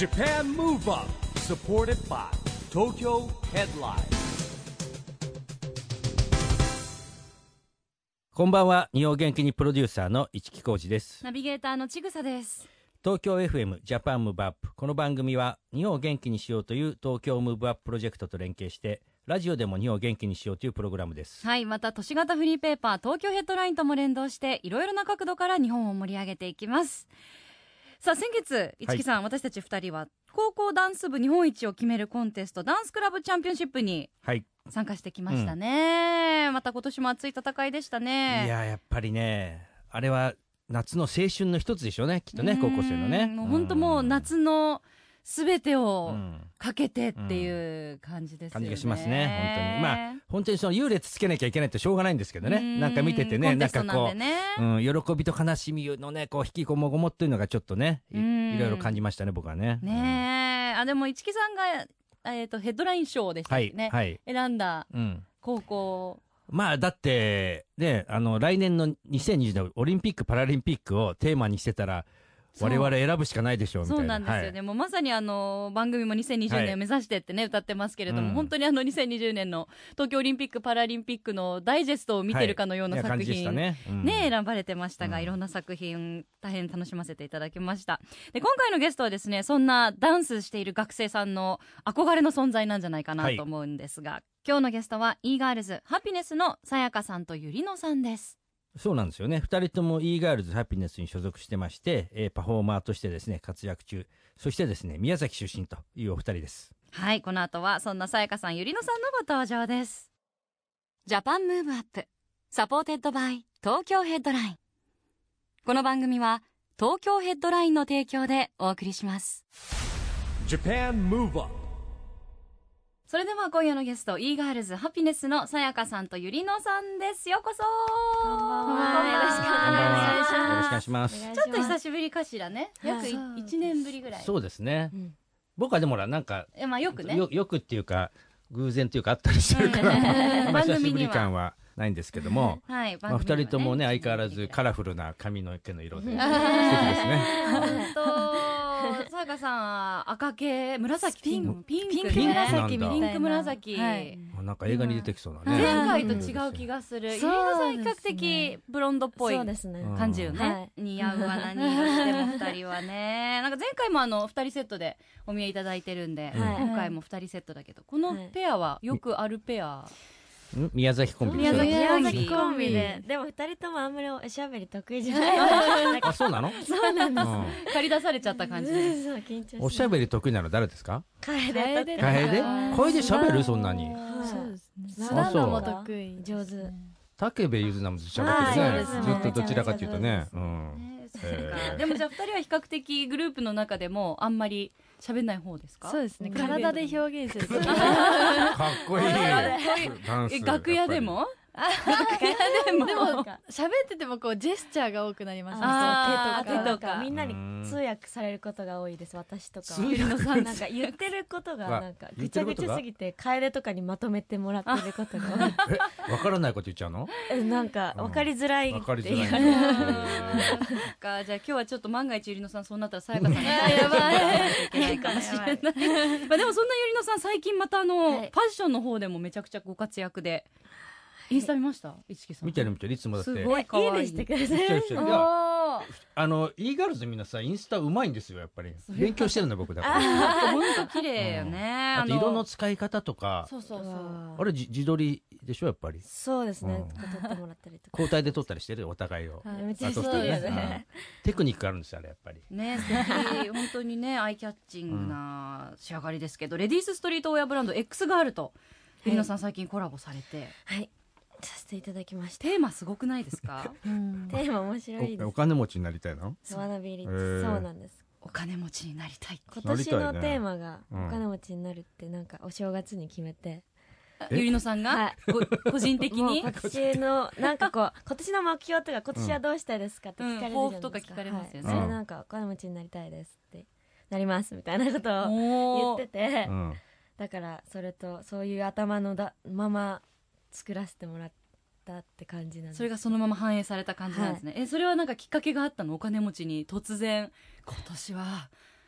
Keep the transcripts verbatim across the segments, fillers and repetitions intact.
Japan Move Up supported by Tokyo Headline。 こんばんは。日本元気にプロデューサーの市木浩司です。 ナビゲーターのちぐさです。 東京 エフエム ジャパンムーブアップ。この番組は日本を元気にしようという東京ムーブアッププロジェクトと連携してラジオでも日本を元気にしようというプログラムです。 はい、また都市型フリーペーパー東京ヘッドラインとも連動していろいろな角度から日本を盛り上げていきます。さあ先月市木さん、はい、私たちふたりは高校ダンス部日本一を決めるコンテストダンスクラブチャンピオンシップに参加してきましたね、うん、また今年も熱い戦いでしたね。 いややっぱりね、あれは夏の青春の一つでしょうね、きっとね、高校生のね。 もう本当もう夏のすべてをかけてっていう感じですよね、 うんうん、感じがしますね。本当にまあ本当にその優劣つけなきゃいけないってしょうがないんですけどね、んなんか見ててね、なんかこう、うん、喜びと悲しみのねこう引きこもごもっていうのがちょっとね い, いろいろ感じましたね、僕はね。 ねえ、うん、あでも市木さんが、えー、とヘッドライン賞でしたね、はいはい、選んだ高校、 うん、まあだってね、あの来年のにせんにじゅうねんオリンピック・パラリンピックをテーマにしてたら我々選ぶしかないでしょうみたいな。 そうなんですよね、はい、もうまさにあの番組もにせんにじゅうねんを目指してってね、はい、歌ってますけれども、うん、本当にあのにせんにじゅうねんの東京オリンピック・パラリンピックのダイジェストを見てるかのような作品、はい、ね、うん、ね選ばれてましたが、うん、いろんな作品大変楽しませていただきました。で今回のゲストはですね、そんなダンスしている学生さんの憧れの存在なんじゃないかなと思うんですが、はい、今日のゲストは e ガールズハピネスのさやかさんとゆりのさんです。 そうなんですよね。ふたりとも e ガールズハピネスに所属してまして、えー、パフォーマーとしてですね活躍中、そしてですね宮崎出身というお二人です。 はい、この後はそんなさやかさんゆりのさんのご登場です。ジャパンムーブアップサポーテッドバイ東京ヘッドライン。この番組は東京ヘッドラインの提供でお送りします。 Japan Move Up。 それでは今夜のゲスト e ガールズハピネスのさやかさんとゆりのさんです。ようこそ。 こんばんは。よろしくお願いします。 よろしくお願いします。 ちょっと久しぶりかしらね。約いちねんぶりぐらい。 そうですね、うん、僕はでもなんか、 まあ、よくねよ, よくっていうか偶然っていうかあったりするから、あんまり久しぶり感はないんですけども、はい、まあ、ふたりともね相変わらずカラフルな髪の毛の色で素敵ですね。 本当さやかさんは赤系紫ピンクピンクピンク紫みたいな、 ピンク紫、はい、 なんか映画に出てきそうなね、 前回と違う気がする、ゆりのさん比較的ブロンドっぽい感じよね、はい、似合うわ何色してもふたりはねなんか前回もあのふたりセットでお見えいただいてるんで、はい、今回もふたりセットだけど、このペアはよくあるペア、 宮崎コンビ。 宮崎コンビで、でも二人ともあんまりおしゃべり得意じゃない。 あ、そうなの？ そうなんです、うん、 借り出されちゃった感じです。 そう緊張しおしゃべり得意なの誰ですか？ 楓で。楓？声でしゃべるそんなに？ そうですね。ななも得意、上手。 武部ゆずなもしゃべってるね。ずっとどちらかというとね。うん。 でもじゃあふたりは比較的グループの中でもあんまり喋んない方ですか？ そうですね、体で表現するかっこいいダンス。楽屋でも楽屋でもでも喋っててもこうジェスチャーが多くなりますね。 あ手とか手とかみんなに通訳されることが多いです。私とかゆりのさんなんか言ってることがなんかぐちゃぐちゃすぎて楓とかにまとめてもらってることが多い。 え、わからないこと言っちゃうの？ なんかわかりづらいっていう。わかりづらい。じゃあ今日はちょっと万が一ゆりのさんそうなったらさやかさんにやばいいけないかもしれない。まあでもそんなゆりのさん最近またあのファッションの方でもめちゃくちゃご活躍で。インスタ見ました市木さん？ 見てる見てる、いつもだってすごい可愛い。 いいねしてください。 あの e ガールズみんなさインスタうまいんですよ、やっぱり勉強してるんだ僕だから。 本当綺麗よね。 あと色の使い方とか、 そうそうそう。 あれ自撮りでしょやっぱり。 そうですね。撮ってもらったりとか。 交代で撮ったりしてるお互いを。 めっちゃそうですね。 テクニックあるんですよあれやっぱり。 ね、素敵。本当にねアイキャッチングな仕上がりですけど、レディースストリートウェアブランド X ガールとゆりのさん最近コラボされて。 はい。させていただきました。 テーマすごくないですか？ うん、テーマ面白いです。 お, お金持ちになりたいの？ そう学び率、そうなんです。 お金持ちになりたい。 今年のテーマがお金持ちになるってなんかお正月に決めて、 ゆりのさんが、はい、個人的に今年のなんかこう今年の目標とか今年はどうしたいですかって聞かれるじゃないですか、うん、抱負とか聞かれますよね、 はい、それなんかお金持ちになりたいですってなりますみたいなことを言ってて、うん、だからそれとそういう頭のだまま作らせてもらったって感じなんです。 それがそのまま反映された感じなんですね、はい、えそれはなんかきっかけがあったの？お金持ちに突然今年は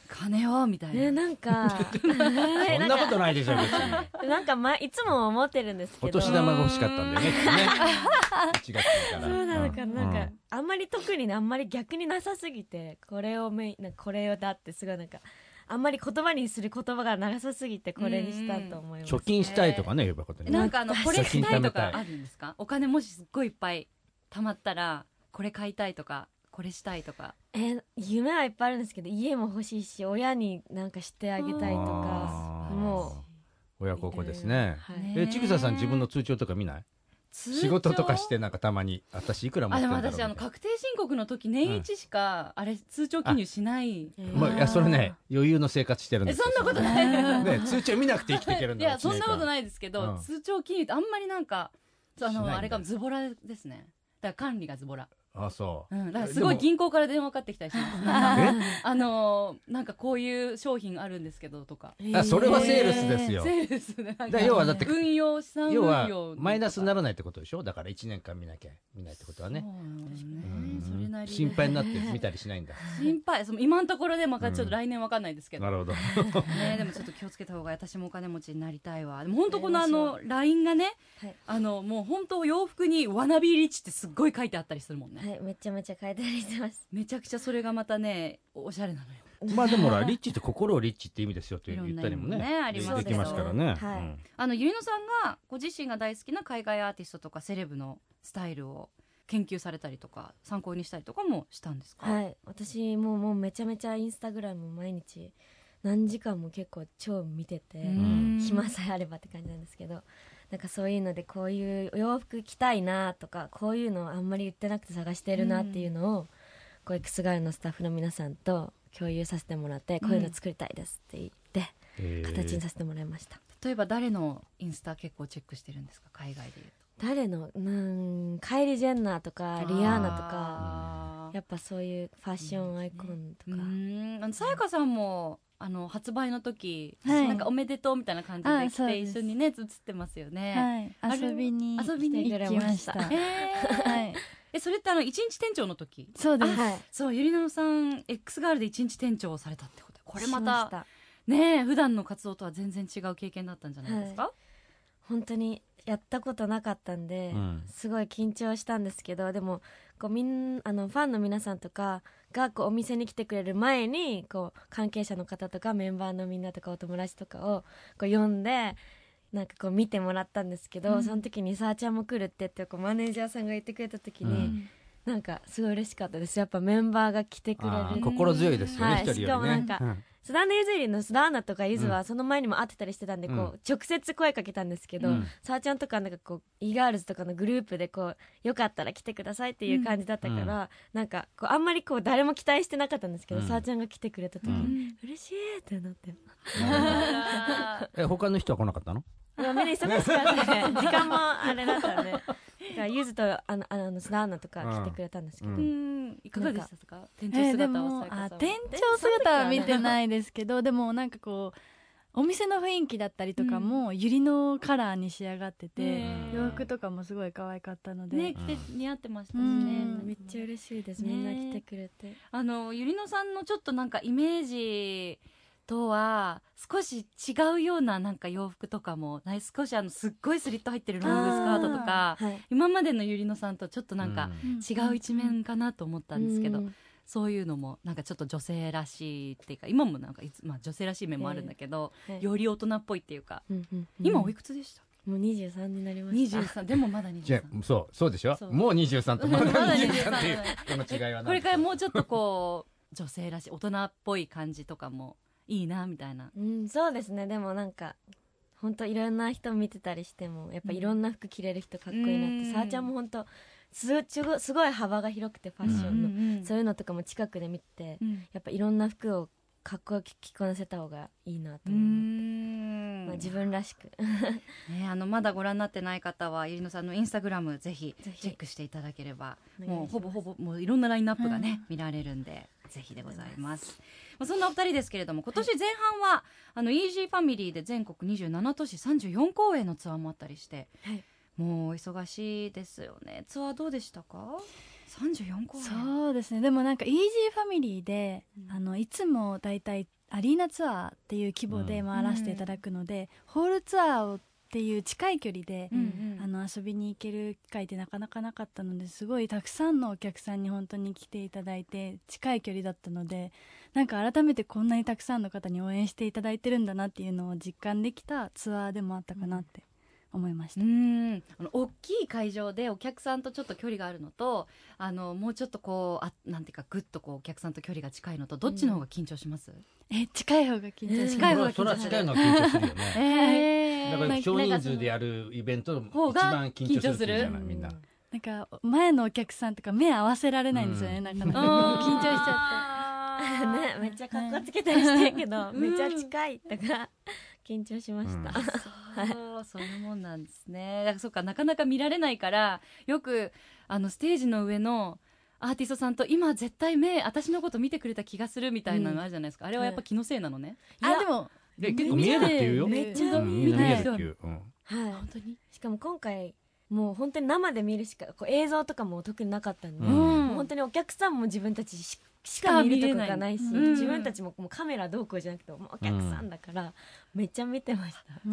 金をみたいな、 ね、なんかそんなことないでしょ別に。 なんか、ま、いつも思ってるんですけど、 お年玉が欲しかったんだよねきっとねいちがつからそうなのかな、 うんなんかあんまり特にねあんまり逆になさすぎて、これをメインなんかこれをだってすごいなんかあんまり言葉にする言葉がなさすぎてこれにしたと思います。 貯金したいとかね言えばよかったね。 なんかあのこれしたいとか貯金貯めたいあるんですか？お金もしすっごいいっぱい貯まったらこれ買いたいとかこれしたいとか。 えー夢はいっぱいあるんですけど、家も欲しいし親になんかしてあげたいとか、 あーも親孝行ですね。 はいねえちぐささん自分の通帳とか見ない？仕事とかしてなんかたまに私いくら持っあでてるんだろうみたいな。 も私あの確定申告の時年一しか、あれ通帳記入しない。 えーまあ、いやそれね余裕の生活してるんですよ。 えそんなことないね通帳見なくて生きていけるんいだ。 やそんなことい。 ないですけど、 うん通帳記入ってあんまりなんかそうあしないんだのあれかもズボラですね。だから管理がズボラ。 あそう。 うん、だからすごい銀行から電話かかってきたりします。あのーなんかこういう商品あるんですけどとか。 あそれはセールスですよ。 セールスね。なんかだ要はだって運用資産運要は用マイナスにならないってことでしょ。だからいちねんかん見なきゃ見ないってことはね。 そうですねうんそれなりで心配になって見たりしないんだ。 心配その今のところでまたちょっと来年わかんないですけど、 なるほど。 ね、でもちょっと気をつけた方が私もお金持ちになりたいわ。でも本当このあの ライン がね、 はいあのもう本当洋服にワナビーリッチってすっごい書いてあったりするもんね、 はい、めちゃめちゃ書いてありしてます。 めちゃくちゃそれがまたねおしゃれなのよ。 まあでもほらリッチって心をリッチって意味ですよと言ったりもねいろんな意味もねありますできますからね。 はいうんあのゆりのさんがご自身が大好きな海外アーティストとかセレブのスタイルを研究されたりとか参考にしたりとかもしたんですか？ はい、私もうもうめちゃめちゃインスタグラム毎日何時間も結構超見てて、 うん暇さえあればって感じなんですけど、なんかそういうのでこういう洋服着たいなとかこういうのあんまり言ってなくて探してるなっていうのを、こうエクスガールのスタッフの皆さんと共有させてもらって、こういうの作りたいですって言ってへー形にさせてもらいました。 例えば誰のインスタ結構チェックしてるんですか？海外でいうと誰のなんカイリー・ジェンナーとかリアーナとか、 あーやっぱそういうファッションアイコンとうか、 んあのさやかさんもあの発売の時、 はいなんかおめでとうみたいな感じあで来てそうです一緒にね写ってますよね、 はい、 あれ遊びに遊びに行きました。 えーはい、 えそれってあの一日店長の時？ そうです。 はい、 そうゆりなのさん X ガールで一日店長をされたってことで、これまししたねえ普段の活動とは全然違う経験だったんじゃないですか？ 本当にやったことなかったんで、 うんすごい緊張したんですけど、でもこうみんあのファンの皆さんとかがこうお店に来てくれる前にこう関係者の方とかメンバーのみんなとかお友達とかをこう呼んでなんかこう見てもらったんですけど、 うんその時にさあちゃんも来るって言ってこうマネージャーさんが言ってくれた時に、 うんなんかすごい嬉しかったです。やっぱメンバーが来てくれる。 あー心強いですよねはい一人よりね。 しかもなんかうんスダンデイズリーのスダーナとかイズうんはその前にも会ってたりしてたんで、 うんこう直接声かけたんですけど、 うんさあちゃんとかなんかこう e ガールズとかのグループでこうよかったら来てくださいっていう感じだったから、 うんなんかこうあんまりこう誰も期待してなかったんですけど、 うんさあちゃんが来てくれた時、 うん嬉しいってなってあえ他の人は来なかったの？ でもみんな忙しかったね時間もあれだったんでだからゆずとあのあのスダーナとか来てくれたんですけど、 うーうんんいかがでしたか？店長えーで姿もあはさやかさんは店長姿は見てないですけど、でもなんかこうお店の雰囲気だったりとかもユリのカラーに仕上がってて、 うん洋服とかもすごい可愛かったので、 ね着て似合ってましたしうねんめっちゃ嬉しいです、 ねみんな来てくれて。 あのゆりのさんのちょっとなんかイメージとは少し違うようななんか洋服とかもない、少しあのすっごいスリット入ってるロングスカートとかはい今までのゆりのさんとちょっとなんかうん違う一面かなと思ったんですけど、 うんそういうのもなんかちょっと女性らしいっていうか、今もなんかいつ、まあ、女性らしい面もあるんだけど、 はいより大人っぽいっていうか、 うんうんうん今おいくつでした？ もうにじゅうさんになりました。 にじゅうさんでもまだじゃにじゅうさんあそうそうでしょそうもうにじゅうさんとまだまだにじゅうさんっていうにじゅうさんこの違いは何これからもうちょっとこう女性らしい大人っぽい感じとかもいいなみたいな。 うん、そうですね。でもなんか本当いろんな人見てたりしてもやっぱいろんな服着れる人かっこいいなって、 うんさあちゃんも本当すごすごい幅が広くてファッションの、 うんうんそういうのとかも近くで見て、 うんやっぱいろんな服をかっこよく着こなせた方がいいなとうー思う、 んまあ、自分らしくね、あのまだご覧になってない方はゆりのさんのインスタグラムぜひぜひチェックしていただければお願いしますもうほぼほぼもういろんなラインナップがね、見られるんでぜひでございます。まあ、そんなお二人ですけれども今年前半は、あのイージーファミリーで全国にじゅうなな都市さんじゅうよん公演のツアーもあったりして、 はいもうお忙しいですよね。ツアーどうでしたか？さんじゅうよん公演。 そうですね。でもなんかイージーファミリーで、 うんあのいつもだいたいアリーナツアーっていう規模で回らせていただくので、うん、ホールツアーをっていう近い距離で、うんうん、あの遊びに行ける機会ってなかなかなかったので、すごいたくさんのお客さんに本当に来ていただいて近い距離だったので、なんか改めてこんなにたくさんの方に応援していただいてるんだなっていうのを実感できたツアーでもあったかなって思いました。 うん、あの大きい会場でお客さんとちょっと距離があるのと、あのもうちょっとこうあなんていうかグッとこうお客さんと距離が近いのと、どっちの方が緊張します？ うん、え近い方が緊張します。 近い方が緊張する。それは近いのが緊張するよね。 えー、 だから少人数でやるイベントの一番緊張するじゃないみんな。 なんか前のお客さんとか目合わせられないんですよね、うん、なかなか緊張しちゃってね、めっちゃかっこつけたりしてるけど、めっちゃ近いだから緊張しました、 うん、そういうもんなんですね。だからそっか、なかなか見られないから、よくあのステージの上のアーティストさんと今絶対目私のこと見てくれた気がするみたいなのあるじゃないですか、うん、あれはやっぱ気のせいなのね、 うん、あでもで結構見えるっていうよ。 めっちゃ見えるっていう、うん、 はい、本当に。しかも今回もう本当に生で見るしか、こう映像とかも特になかったんで、うん、もう本当にお客さんも自分たちししか見るとかがないし、うん、自分たちももうカメラどうこうじゃなくてもうお客さんだから、うん、めっちゃ見てました、 うん、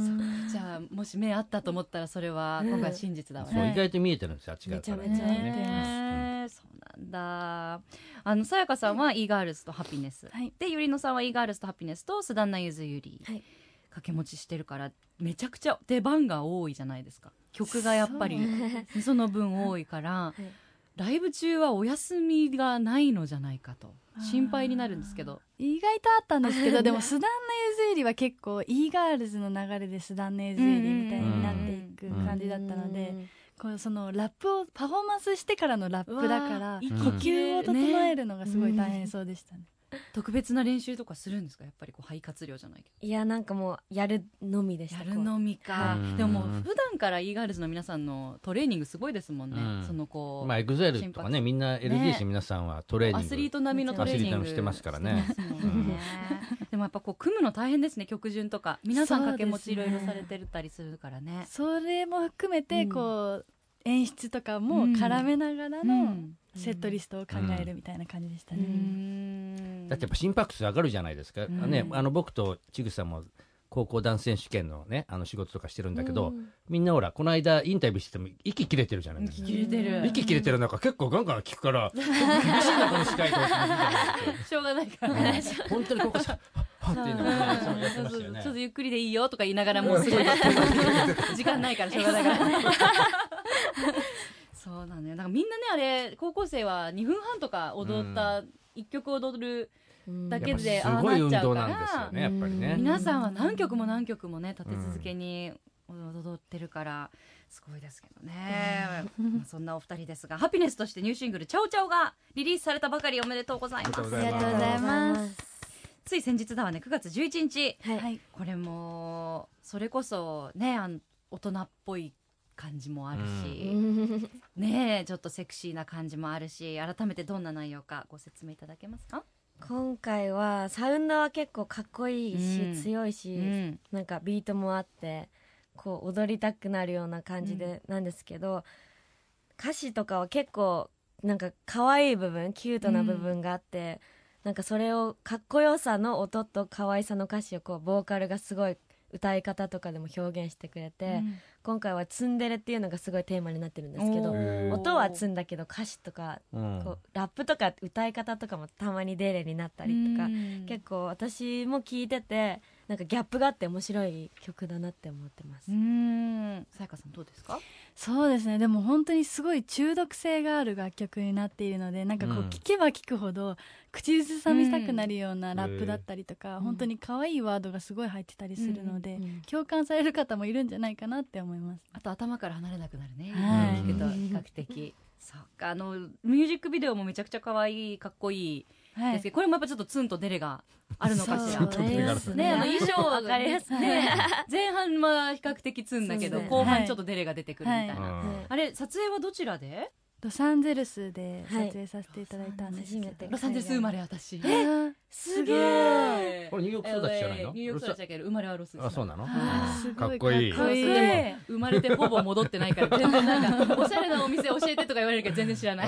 じゃあもし目あったと思ったらそれは今回真実だわね、 うん、そう意外と見えてるんですよ、違うからね。めちゃめちゃ見えてます、 ね、そうなんだ。あのさやかさんは e ガールズとハピネス、はい、でゆりのさんは e ガールズとハピネスとスダンナユズユリ、はい、掛け持ちしてるからめちゃくちゃ出番が多いじゃないですか。曲がやっぱり そ, その分多いから、はい、ライブ中はお休みがないのじゃないかと心配になるんですけど。 意外とあったんですけどでもスダンナユズユリは結構 e ガールズの流れでスダンナユズユリみたいになっていく感じだったので、こうそのラップをパフォーマンスしてからのラップだから呼吸を整えるのがすごい大変そうでしたね。 特別な練習とかするんですか？やっぱりこう肺活量じゃないけど。 いやなんかもうやるのみでした。 やるのみか。でももう普段から e ガールズの皆さんのトレーニングすごいですもんね、うん、そのこうまあ エグザイル とかね、みんな エルディーシー 皆さんはトレーニング、 アスリート並みのトレーニングしてますからね。 でもやっぱこう組むの大変ですね、曲順とか皆さん掛け持ちいろいろされてたりするからね。 それも含めてこう、うん、演出とかも絡めながらのセットリストを考えるみたいな感じでしたね、うん、 だってやっぱ心拍数上がるじゃないですか、うん、ね、あの僕とちぐさも高校ダンス選手権のね、あの仕事とかしてるんだけど、うん、みんなほらこの間インタビューしてても息切れてるじゃないですか。 息切れてる息切れてる中結構ガンガン聞くから厳しいなこの司会としょうがないからね、 うん、本当にここさはっていうのをやってましたよね。 ちょっとゆっくりでいいよとか言いながらもうすごい時間ないからしょうがないからそうだね。だからみんなね、あれ高校生はにふんはんとか踊った、うん、いっきょく踊るだけでああなっちゃうから、 ね、やっぱりね、 皆さんは何曲も何曲もね立て続けに踊ってるからすごいですけどね、うんまあ、そんなお二人ですが、ハピネスとしてニューシングルチャオチャオがリリースされたばかり。おめでとうございます。 ありがとうございます。 つい先日だわね、くがつじゅういちにち、 はい、 これもそれこそね、あの大人っぽい感じもあるし、うん、ねえちょっとセクシーな感じもあるし、改めてどんな内容かご説明いただけますか？ 今回はサウンドは結構かっこいいし、うん、強いし、うん、なんかビートもあってこう踊りたくなるような感じでなんですけど、うん、歌詞とかは結構なんか可愛い部分、キュートな部分があって、うん、なんかそれをかっこよさの音と可愛さの歌詞をこうボーカルがすごい歌い方とかでも表現してくれて、うん、今回はツンデレっていうのがすごいテーマになってるんですけど、音はツンだけど歌詞とか、うん、こうラップとか歌い方とかもたまにデレになったりとか、うん、結構私も聞いててなんかギャップがあって面白い曲だなって思ってます。 うーん、さやかさんどうですか？ そうですね、でも本当にすごい中毒性がある楽曲になっているので、なんかこう聴けば聴くほど口ずさみたくなるようなラップだったりとか、うん、本当に可愛いワードがすごい入ってたりするので、うんうん、共感される方もいるんじゃないかなって思います。 あと頭から離れなくなるね、はい、聞くと比較的そうか、あのミュージックビデオもめちゃくちゃ可愛いかっこいいですけど、はい、これもやっぱちょっとツンとデレがあるのかしら。 そうですね、あの衣装わかりやすい、ね、前半は比較的ツンだけど、ね、後半ちょっとデレが出てくるみたいな、はい、あれ撮影はどちらで？ ロサンゼルスで撮影させていただいたんですけど、 はい、 ロサンゼルス生まれ私。 えすげえ。 これニューヨーク育ちじゃないの？ ニューヨーク育ちだけど生まれはロスです。 あ、そうなの？ かっこいい。 かっこいい。 でも生まれてほぼ戻ってないから全然なんかおしゃれなお店教えてとか言われるけど全然知らない。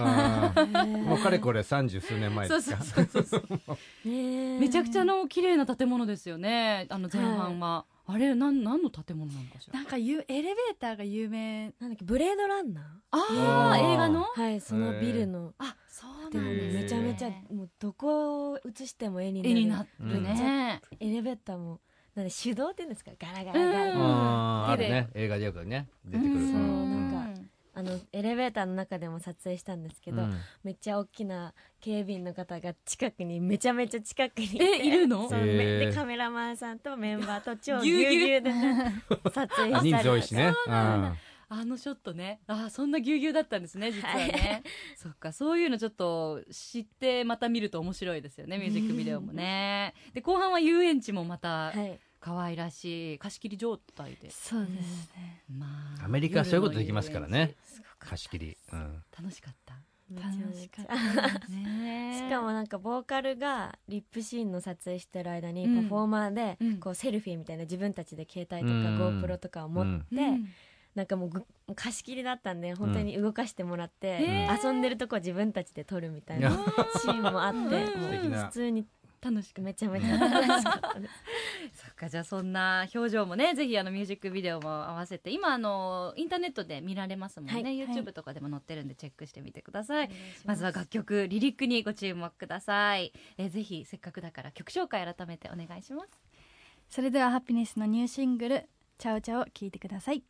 もうかれこれ三十数年前ですか。 そうそうそうそう。めちゃくちゃの綺麗な建物ですよね。あの前半は。あれなん何の建物なのかしら。 なんかゆエレベーターが有名なんだっけ、ブレードランナー。 ああ、映画の。 はい、そのビルの。 あ、そうでもなんですね。 めちゃめちゃもうどこを映しても絵になる。 絵になるね。 エレベーターもなんで手動って言うんですか、ガラガラガラ。 ああるね、映画でよくね出てくる。 そうなんかあのエレベーターの中でも撮影したんですけど、めっちゃ大きな警備員の方が近くにめちゃめちゃ近くにいて、 えいるの？ そうでカメラマンさんとメンバーと超ぎゅうぎゅうで撮影したり。 人数多いしね。 あのショットね、あそんなぎゅうぎゅうだったんですね実はね、はい、そっか、そういうのちょっと知ってまた見ると面白いですよね、ミュージックビデオもね。で後半は遊園地もまた可愛らしい貸し切り状態で。 そうですね、 まあ、 アメリカはそういうことできますからね、貸し切り、うん、 楽しかった楽しかったね。しかもなんかボーカルがリップシーンの撮影してる間にパフォーマーでこうセルフィーみたいな自分たちで携帯とか GoPro とかを持ってなんかもう貸し切りだったんで本当に動かしてもらって遊んでるとこ自分たちで撮るみたいなシーンもあってもう普通に楽しくめちゃめちゃ楽しかったですそっか、じゃあそんな表情もねぜひあのミュージックビデオも合わせて今あのインターネットで見られますもんね、はい、YouTube とかでも載ってるんでチェックしてみてください。 ま, まずは楽曲リリックにご注目ください。えぜひせっかくだから曲紹介改めてお願いします。 それではハピネスのニューシングルチャオチャオ聴いてください。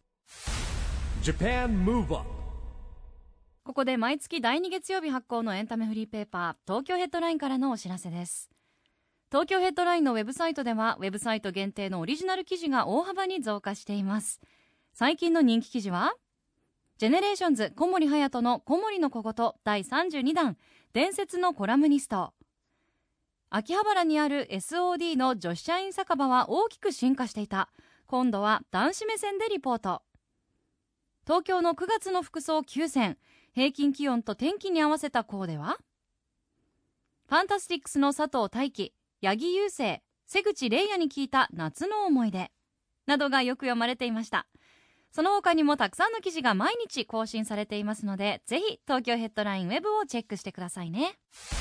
Japan Move Up。 ここで毎月だいに月曜日発行のエンタメフリーペーパー東京ヘッドラインからのお知らせです。東京ヘッドラインのウェブサイトではウェブサイト限定のオリジナル記事が大幅に増加しています。最近の人気記事はジェネレーションズ小森隼人の小森の小言だいさんじゅうにだん伝説のコラムニスト。秋葉原にある エスオーディー の女子社員酒場は大きく進化していた、今度は男子目線でリポート。東京のくがつの服装きゅう選、平均気温と天気に合わせたコーデはファンタスティックスの佐藤大樹、八木勇征、瀬口玲也に聞いた夏の思い出などがよく読まれていました。その他にもたくさんの記事が毎日更新されていますのでぜひ東京ヘッドラインウェブをチェックしてくださいね。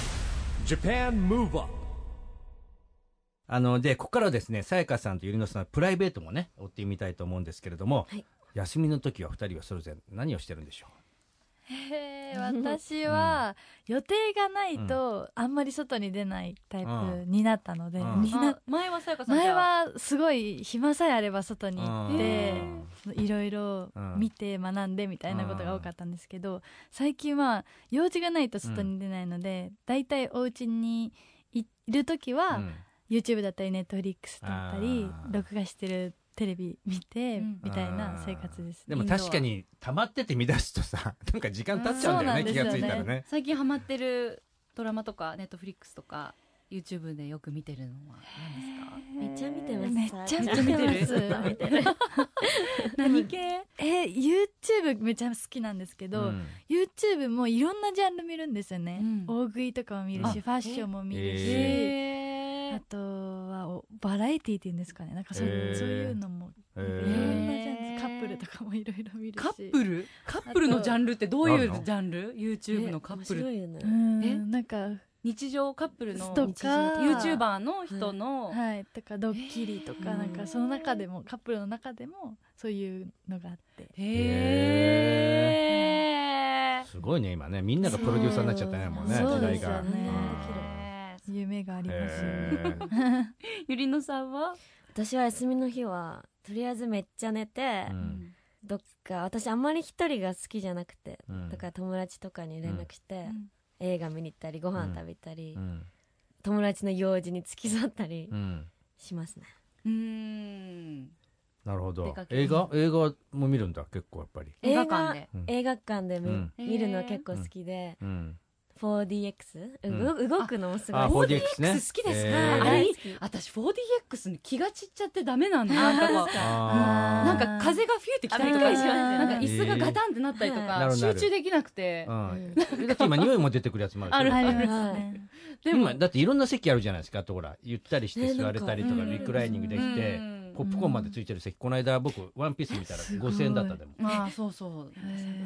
Japan Move Up。 あのでここからはですねさやかさんとゆりのさんのプライベートもね追ってみたいと思うんですけれども、はい、休みの時はふたりはそれぞれ何をしてるんでしょう。 へ私は予定がないとあんまり外に出ないタイプになったので、うんうん、前はさやかさん前はすごい暇さえあれば外に行っていろいろ見て学んでみたいなことが多かったんですけど、最近は用事がないと外に出ないので、うん、だいたいお家にいる時は、うん、YouTube だったり Netflix だったり録画してるテレビ見て、うん、みたいな生活です。 でも確かに溜まってて見出すとさなんか時間経っちゃうんだよね、気がついたらね。 最近ハマってるドラマとか Netflix とか YouTube でよく見てるのは何ですか？ めっちゃ見てます。 めっちゃ見てる何系？ え YouTube めっちゃ好きなんですけど、うん、YouTube もいろんなジャンル見るんですよね、うん、大食いとかも見るしファッションも見るし、あとはバラエティーっていうんですかね、なんか そ, そういうのもいろんなジャンル、カップルとかもいろいろ見るし。 カップルカップルのジャンルってどういうジャンル？ YouTube のカップル、 面白いよね。 えなんか日常カップルのとか YouTuber の人の、 はいはい、とかドッキリとか、なんかその中でもカップルの中でもそういうのがあって、 へー、 すごいね今ね、みんながプロデューサーになっちゃったねもうね、時代が、ね、 夢があります。 ゆりのさんは？ 私は休みの日はとりあえずめっちゃ寝て、うん、どっか私あんまり一人が好きじゃなくて、うん、だから友達とかに連絡して、うん、映画見に行ったりご飯食べたり、うん、友達の用事に付き添ったりしますね。 うーん、 なるほど。映画映画も見るんだ結構やっぱり。 映画館で、うん、映画館で見、うん、見るの結構好きで、うん、 フォーディーエックス、うん、動くのもすごい。 あ フォーディーエックス ね。 好きですか、 えー、 あれに私 フォーディーエックス に気が散っちゃってダメなんだ。なんかこうなんか風がフューってきたりとか、なんか椅子がガタンってなったりとか、集中できなくて、だって今匂いも出てくるやつもある。 あるありますね。 でもだっていろんな席あるじゃないですか。あとほらゆったりして座れたりとかリクライニングできてポップコーンまでついてる席、この間僕ワンピース見たらごせんえんだったでも。 ああそうそう。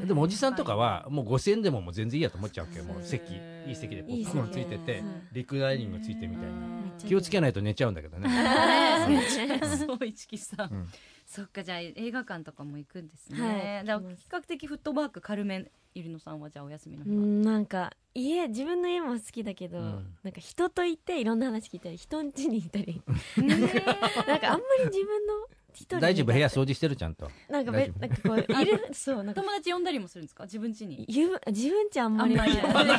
でもおじさんとかはもうごせんえんでももう全然いいやと思っちゃうけど、もう席いい席でポップコーンついててリクライニングついてみたいな。気をつけないと寝ちゃうんだけどね。 そう一木さん。そっか、じゃあ映画館とかも行くんですね。じゃあ比較的フットワーク軽め。ゆりのさんはじゃあお休みの日は。 なんか家自分の家も好きだけど、なんか人といていろんな話聞いたり、人ん家にいたり、なんかあんまり自分の一人大丈夫、部屋掃除してるちゃんと。 なんかべなんかこういるそうなんか友達呼んだりもするんですか、自分家に。 自分家あんまりない。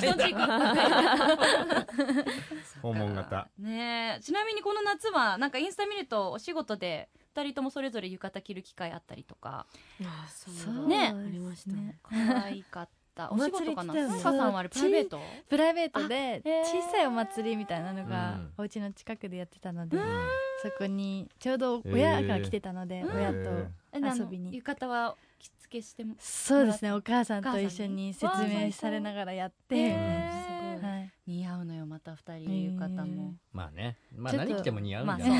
訪問型。 ねえ、ちなみにこの夏はなんかインスタ見るとお仕事でふたりともそれぞれ浴衣着る機会あったりとか。 あそうね、 ありましたね。 可愛かった。お仕事かな。さやかさんはあれプライベート？ プライベートで小さいお祭りみたいなのがお家の近くでやってたので、そこにちょうど親が来てたので親と遊びに。 浴衣は着付けしても。 そうですね、お母さんと一緒に説明されながらやって。 似合うのよまた二人浴衣も。 まあね、まあ何着ても似合うんじゃない。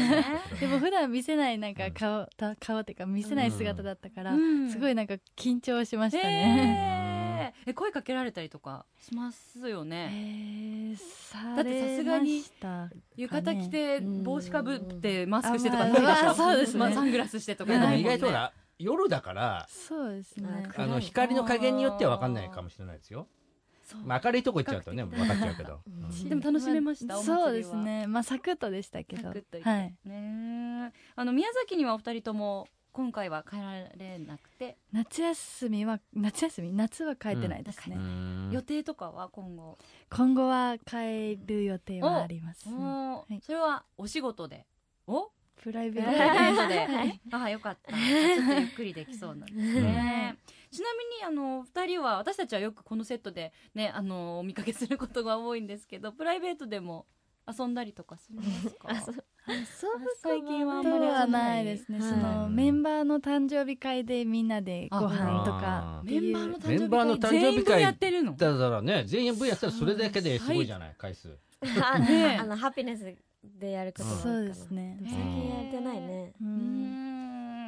でも普段見せないなんか顔顔っていうか見せない姿だったからすごいなんか緊張しましたね。 え、声かけられたりとかしますよね。 だってさすがに浴衣着て帽子かぶってマスクしてとかないでしょ。 そうですね。 サングラスしてとか。 意外とほら夜だからそうですね、 あの光の加減によっては分かんないかもしれないですよ。まあ明るいとこ行っちゃうとね分かっちゃうけど、 でも楽しめました。 そうですね、まあサクッとでしたけど。はいね、あの宮崎にはお二人とも今回は帰られなくて、 夏休みは夏休み夏は帰ってないですね。 予定とかは今後今後は帰る予定はあります。 それはお仕事でおプライベートで、ああよかった、ちょっとゆっくりできそうなんですね。ちなみにあのふたりは、私たちはよくこのセットでね、あのお見かけすることが多いんですけど、プライベートでも遊んだりとかするんですか？ 遊ぶ最近はあんまりはないですね。そのメンバーの誕生日会でみんなでご飯とか、 メンバーの誕生日会やってるのだからね、全員分やったらそれだけですごいじゃない、回数。 あのハピネスでやることもあるかな。 そうですね。 最近やってないね。 うん、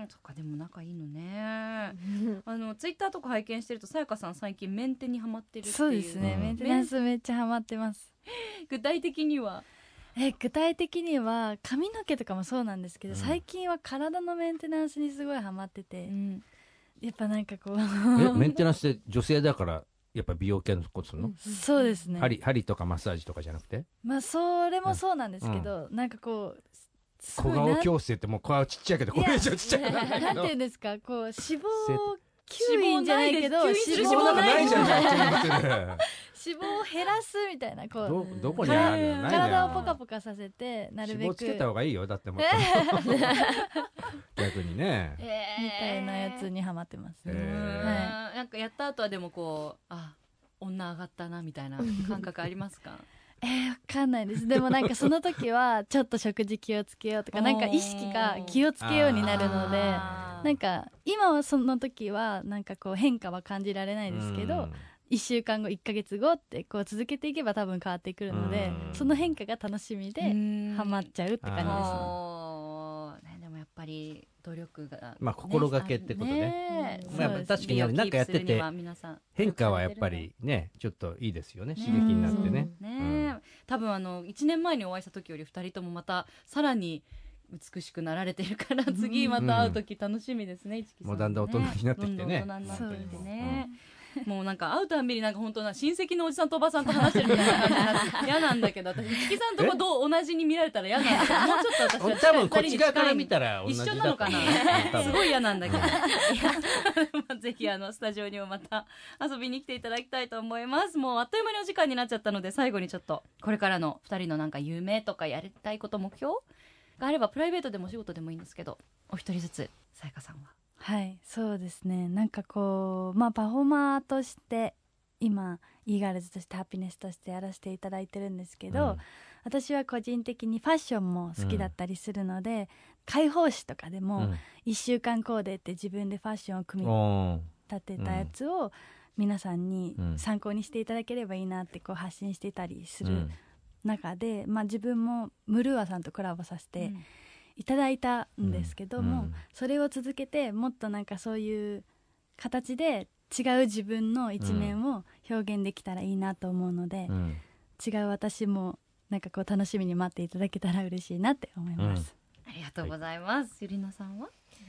そっか、でも仲いいのね。あのツイッターとか拝見してると、さやかさん最近メンテにハマってるっていう。 そうですね、メンテナンスめっちゃハマってます。 具体的にはえ具体的には髪の毛とかもそうなんですけど、最近は体のメンテナンスにすごいハマってて、やっぱなんかこうえメンテナンスって女性だからやっぱ美容系のことするの？ そうですね。 針針とかマッサージとかじゃなくて、 まあそれもそうなんですけど、なんかこう小顔矯正ってもう顔ちっちゃいけど、これ以上ちっちゃくないけど、 なんていうんですか、こう脂肪吸引じゃないけど脂肪がないじゃん。 脂肪を減らすみたいな、こうど, どこにあるの？ない体をポカポカさせて、なるべく脂肪つけた方がいいよ、だってもっと逆にね、 みたいなやつにハマってますね。 なんかやった後はでもこう、あ、女上がったなみたいな感覚ありますか？ えー、わかんないです。でもなんかその時はちょっと食事気をつけようとか、なんか意識が気をつけようになるので、なんか今はその時はなんかこう変化は感じられないですけど、いっしゅうかんごいっかげつごってこう続けていけば多分変わってくるので、その変化が楽しみでハマっちゃうって感じですね。 でもやっぱり努力が、 まあ心がけってことね。まあ確かになんかやってて変化はやっぱりね、ちょっといいですよね、刺激になってね。 多分あのいちねんまえにお会いした時よりふたりともまたさらに美しくなられてるから、次また会う時楽しみですね。 もうだんだん大人になってきてね。 もうなんか会うたんびになんか本当な親戚のおじさんとおばさんと話してるみたいな感じになって嫌なんだけど、私市木さんとこどう同じに見られたら嫌なんだけど、もうちょっと私は多分こっち側から見たら一緒なのかな。すごい嫌なんだけど、ぜひあのスタジオにもまた遊びに来ていただきたいと思います。もうあっという間にお時間になっちゃったので、最後にちょっとこれからのふたりのなんか夢とかやりたいこと、目標があれば、プライベートでもお仕事でもいいんですけど、お一人ずつ。さやかさんは？ はい、そうですね、なんかこうまあパフォーマーとして今 e ガールズとしてハピネスとしてやらせていただいてるんですけど、うん、私は個人的にファッションも好きだったりするので、うん、解放誌とかでもいっしゅうかんコーデって自分でファッションを組み立てたやつを皆さんに参考にしていただければいいなってこう発信していたりする中で、まあ、自分もムルーアさんとコラボさせていただいたんですけども、それを続けてもっとなんかそういう形で違う自分の一面を表現できたらいいなと思うので、うん、違う私もなんかこう楽しみに待っていただけたら嬉しいなって思います、 うん、ありがとうございます、はい、ゆりなさんは？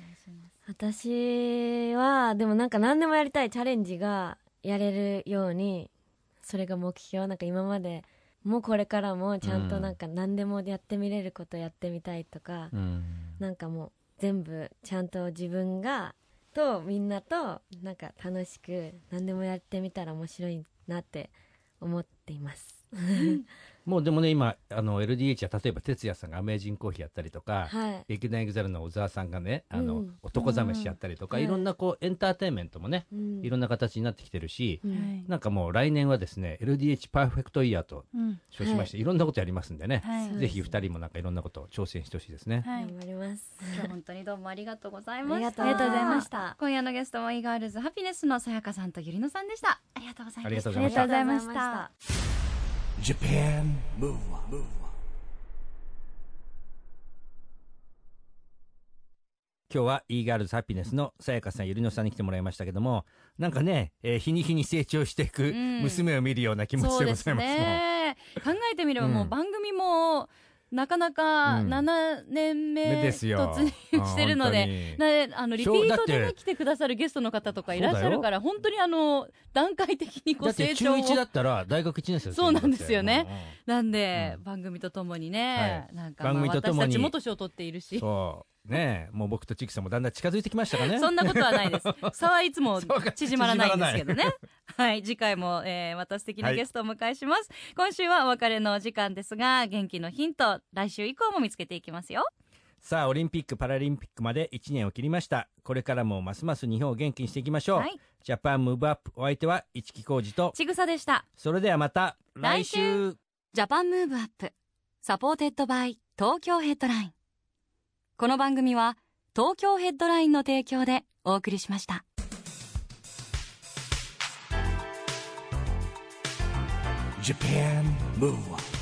私はでもなんか何でもやりたいチャレンジがやれるように、それが目標。なんか今までもこれからもちゃんとなんか何でもやってみれることやってみたいとか、うん、なんかもう全部ちゃんと自分がとみんなとなんか楽しく何でもやってみたら面白いなって思っていますもうでもね今あの エルディーエイチ は例えば哲也さんがアメージンコーヒーやったりとか、はい、劇団エグザイルの小沢さんがねあの、うん、男ざめしやったりとか、うん、いろんなこうエンターテインメントもね、うん、いろんな形になってきてるし、うん、なんかもう来年はですね エルディーエイチ パーフェクトイヤーと称しまして、うん、いろんなことやりますんでね、はい、ぜひふたりもなんかいろんなことを挑戦してほしいですね、 はい、頑張ります今日本当にどうもありがとうございました。 ありがとうございました。 今夜のゲストは e ガールズハピネスのさやかさんとゆりのさんでした。ありがとうございました。 ありがとうございました。 Japan Move On。 今日は e ガールズハピネスのさやかさんゆりのさんに来てもらいましたけども、なんかね、えー、日に日に成長していく娘を見るような気持ちでございますもん、うん、そうですね。 考えてみればもう番組もなかなかななねんめ突入してるので、うん、あのリピートで、ね、来てくださるゲストの方とかいらっしゃるから、本当にあの段階的にこう成長を。だって中いちだったら大学いちねん生ですよ。そうなんですよね、うん、なんで、うん、番組とともにね、はい、なんかまあ私たちも年を取っているし、 そうねえ、もう僕とチキさんもだんだん近づいてきましたかね。 そんなことはないです。差はいつも縮まらないんですけどね。はい、次回も、えー、また素敵なゲストをお迎えします、はい、今週はお別れの時間ですが、元気のヒント来週以降も見つけていきますよ。 さあオリンピックパラリンピックまでいちねんを切りました。これからもますます日本を元気にしていきましょう、はい、ジャパンムーブアップ、お相手は市木浩二とちぐさでした。 それではまた来週。 ジャパンムーブアップサポーテッドバイ東京ヘッドライン。この番組は東京ヘッドラインの提供でお送りしました。 Japan Move On。